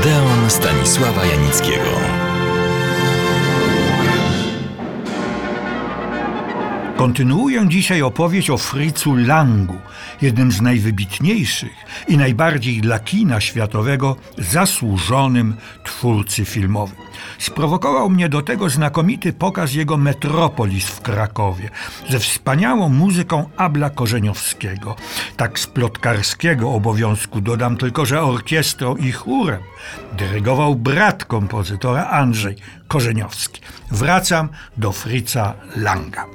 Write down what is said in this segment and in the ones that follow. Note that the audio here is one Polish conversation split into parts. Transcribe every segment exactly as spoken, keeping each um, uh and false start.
Odeon Stanisława Janickiego. Kontynuuję dzisiaj opowieść o Fritzu Langu, jednym z najwybitniejszych i najbardziej dla kina światowego zasłużonym twórcy filmowym. Sprowokował mnie do tego znakomity pokaz jego Metropolis w Krakowie ze wspaniałą muzyką Abla Korzeniowskiego. Tak z plotkarskiego obowiązku dodam tylko, że orkiestrą i chórem dyrygował brat kompozytora Andrzej Korzeniowski. Wracam do Fritza Langa.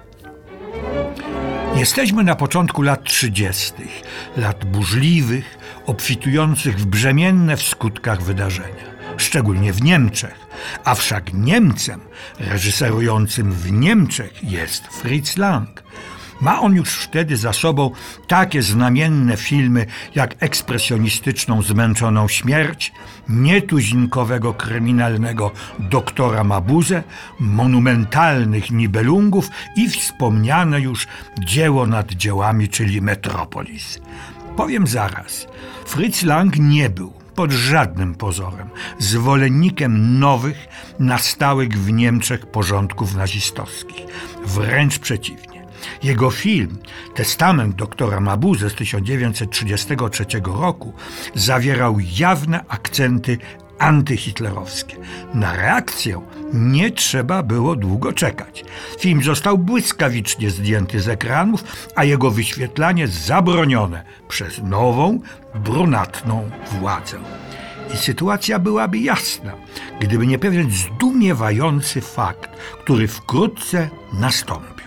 Jesteśmy na początku lat trzydziestych, lat burzliwych, obfitujących w brzemienne w skutkach wydarzenia, szczególnie w Niemczech. A wszak Niemcem reżyserującym w Niemczech jest Fritz Lang. Ma on już wtedy za sobą takie znamienne filmy jak ekspresjonistyczną Zmęczoną śmierć, nietuzinkowego kryminalnego Doktora Mabuse, monumentalnych Nibelungów i wspomniane już dzieło nad dziełami, czyli Metropolis. Powiem zaraz, Fritz Lang nie był pod żadnym pozorem zwolennikiem nowych, nastałych w Niemczech porządków nazistowskich. Wręcz przeciwnie. Jego film Testament doktora Mabuse z tysiąc dziewięćset trzydziestego trzeciego roku zawierał jawne akcenty antyhitlerowskie. Na reakcję nie trzeba było długo czekać. Film został błyskawicznie zdjęty z ekranów, a jego wyświetlanie zabronione przez nową, brunatną władzę. I sytuacja byłaby jasna, gdyby nie pewien zdumiewający fakt, który wkrótce nastąpił.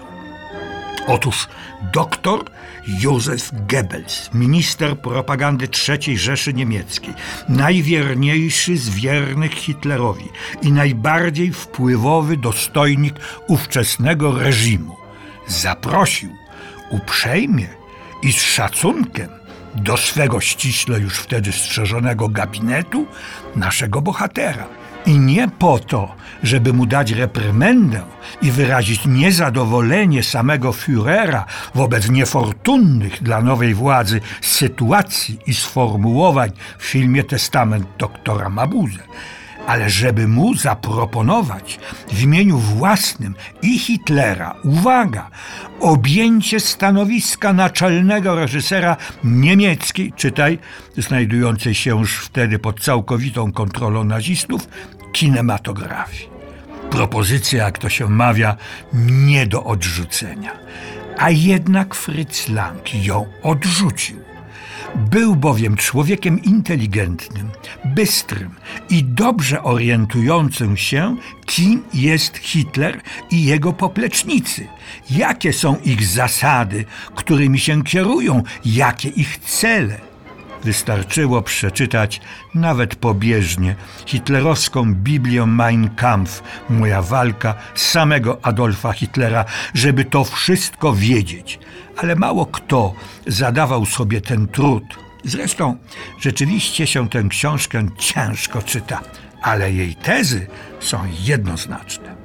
Otóż doktor Józef Goebbels, minister propagandy trzeciej Rzeszy Niemieckiej, najwierniejszy z wiernych Hitlerowi i najbardziej wpływowy dostojnik ówczesnego reżimu, zaprosił uprzejmie i z szacunkiem do swego ściśle już wtedy strzeżonego gabinetu naszego bohatera. I nie po to, żeby mu dać reprymendę i wyrazić niezadowolenie samego Führera wobec niefortunnych dla nowej władzy sytuacji i sformułowań w filmie Testament doktora Mabuse, ale żeby mu zaproponować w imieniu własnym i Hitlera, uwaga, objęcie stanowiska naczelnego reżysera niemieckiej, czytaj, znajdującej się już wtedy pod całkowitą kontrolą nazistów, kinematografii. Propozycja, jak to się mawia, nie do odrzucenia. A jednak Fritz Lang ją odrzucił. Był bowiem człowiekiem inteligentnym, bystrym i dobrze orientującym się, kim jest Hitler i jego poplecznicy, jakie są ich zasady, którymi się kierują, jakie ich cele. Wystarczyło przeczytać nawet pobieżnie hitlerowską Biblię Mein Kampf, moja walka, samego Adolfa Hitlera, żeby to wszystko wiedzieć. Ale mało kto zadawał sobie ten trud. Zresztą rzeczywiście się tę książkę ciężko czyta, ale jej tezy są jednoznaczne.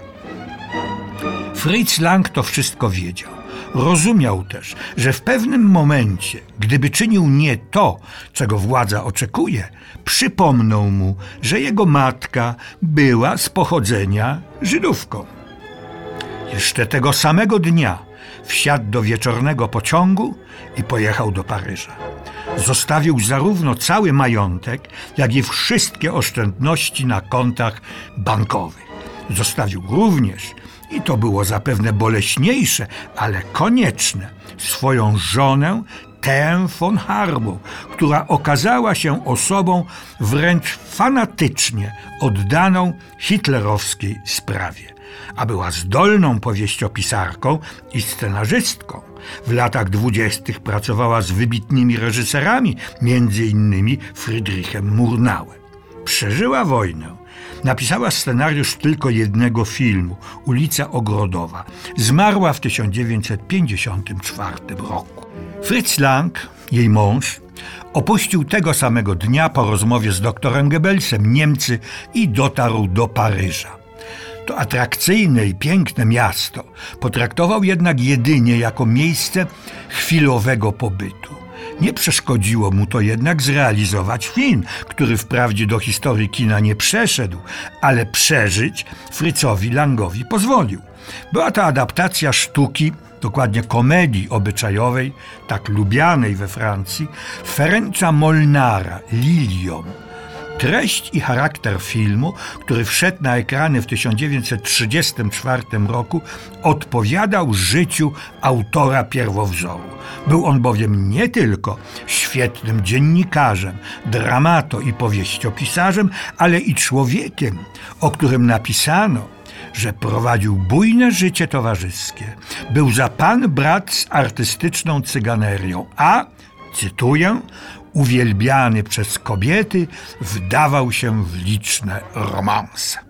Fritz Lang to wszystko wiedział. Rozumiał też, że w pewnym momencie, gdyby czynił nie to, czego władza oczekuje, przypomną mu, że jego matka była z pochodzenia Żydówką. Jeszcze tego samego dnia wsiadł do wieczornego pociągu i pojechał do Paryża. Zostawił zarówno cały majątek, jak i wszystkie oszczędności na kontach bankowych. Zostawił również, i to było zapewne boleśniejsze, ale konieczne, swoją żonę Tę von Harbu, która okazała się osobą wręcz fanatycznie oddaną hitlerowskiej sprawie, a była zdolną powieściopisarką i scenarzystką. W latach dwudziestych pracowała z wybitnymi reżyserami, między innymi Friedrichem Murnauem. Przeżyła wojnę. Napisała scenariusz tylko jednego filmu, Ulica Ogrodowa. Zmarła w tysiąc dziewięćset pięćdziesiątym czwartym roku. Fritz Lang, jej mąż, opuścił tego samego dnia po rozmowie z doktorem Goebbelsem Niemcy i dotarł do Paryża. To atrakcyjne i piękne miasto potraktował jednak jedynie jako miejsce chwilowego pobytu. Nie przeszkodziło mu to jednak zrealizować film, który wprawdzie do historii kina nie przeszedł, ale przeżyć Fritzowi Langowi pozwolił. Była to adaptacja sztuki, dokładnie komedii obyczajowej, tak lubianej we Francji, Ferenca Molnara, Liliom. Treść i charakter filmu, który wszedł na ekrany w tysiąc dziewięćset trzydziestym czwartym roku, odpowiadał życiu autora pierwowzoru. Był on bowiem nie tylko świetnym dziennikarzem, dramato i powieściopisarzem, ale i człowiekiem, o którym napisano, że prowadził bujne życie towarzyskie. Był za pan brat z artystyczną cyganerią, a, cytuję, uwielbiany przez kobiety, wdawał się w liczne romanse.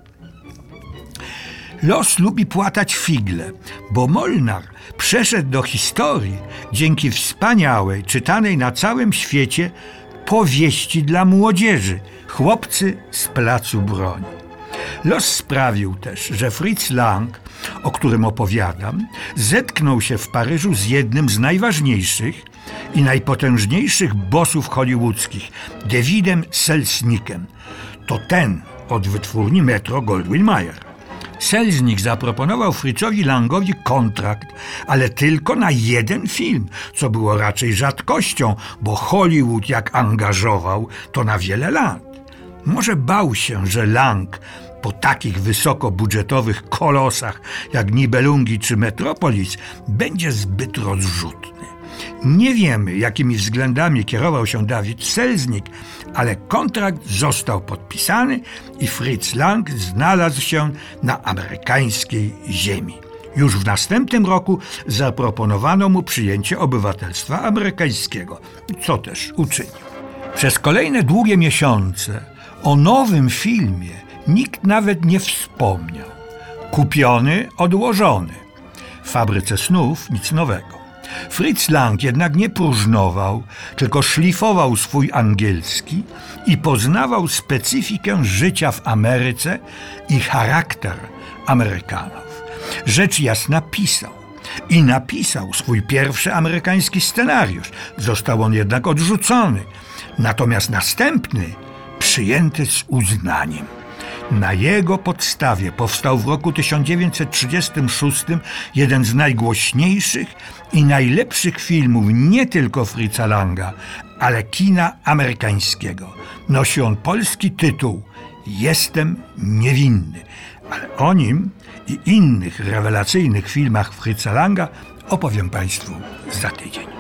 Los lubi płatać figle, bo Molnar przeszedł do historii dzięki wspaniałej, czytanej na całym świecie powieści dla młodzieży Chłopcy z placu broni. Los sprawił też, że Fritz Lang, o którym opowiadam, zetknął się w Paryżu z jednym z najważniejszych i najpotężniejszych bossów hollywoodzkich, Davidem Selznickiem. To ten od wytwórni Metro-Goldwyn-Mayer. Selznick zaproponował Fritzowi Langowi kontrakt, ale tylko na jeden film, co było raczej rzadkością, bo Hollywood jak angażował, to na wiele lat. Może bał się, że Lang po takich wysokobudżetowych kolosach jak Nibelungi czy Metropolis będzie zbyt rozrzutny. Nie wiemy, jakimi względami kierował się David Selznick, ale kontrakt został podpisany i Fritz Lang znalazł się na amerykańskiej ziemi. Już w następnym roku zaproponowano mu przyjęcie obywatelstwa amerykańskiego, co też uczynił. Przez kolejne długie miesiące o nowym filmie nikt nawet nie wspomniał. Kupiony, odłożony. W fabryce snów nic nowego. Fritz Lang jednak nie próżnował, tylko szlifował swój angielski i poznawał specyfikę życia w Ameryce i charakter Amerykanów. Rzecz jasna pisał. I napisał swój pierwszy amerykański scenariusz. Został on jednak odrzucony. Natomiast następny przyjęty z uznaniem. Na jego podstawie powstał w roku tysiąc dziewięćset trzydziestym szóstym jeden z najgłośniejszych i najlepszych filmów nie tylko Fritza Langa, ale kina amerykańskiego. Nosi on polski tytuł Jestem niewinny, ale o nim i innych rewelacyjnych filmach Fritza Langa opowiem Państwu za tydzień.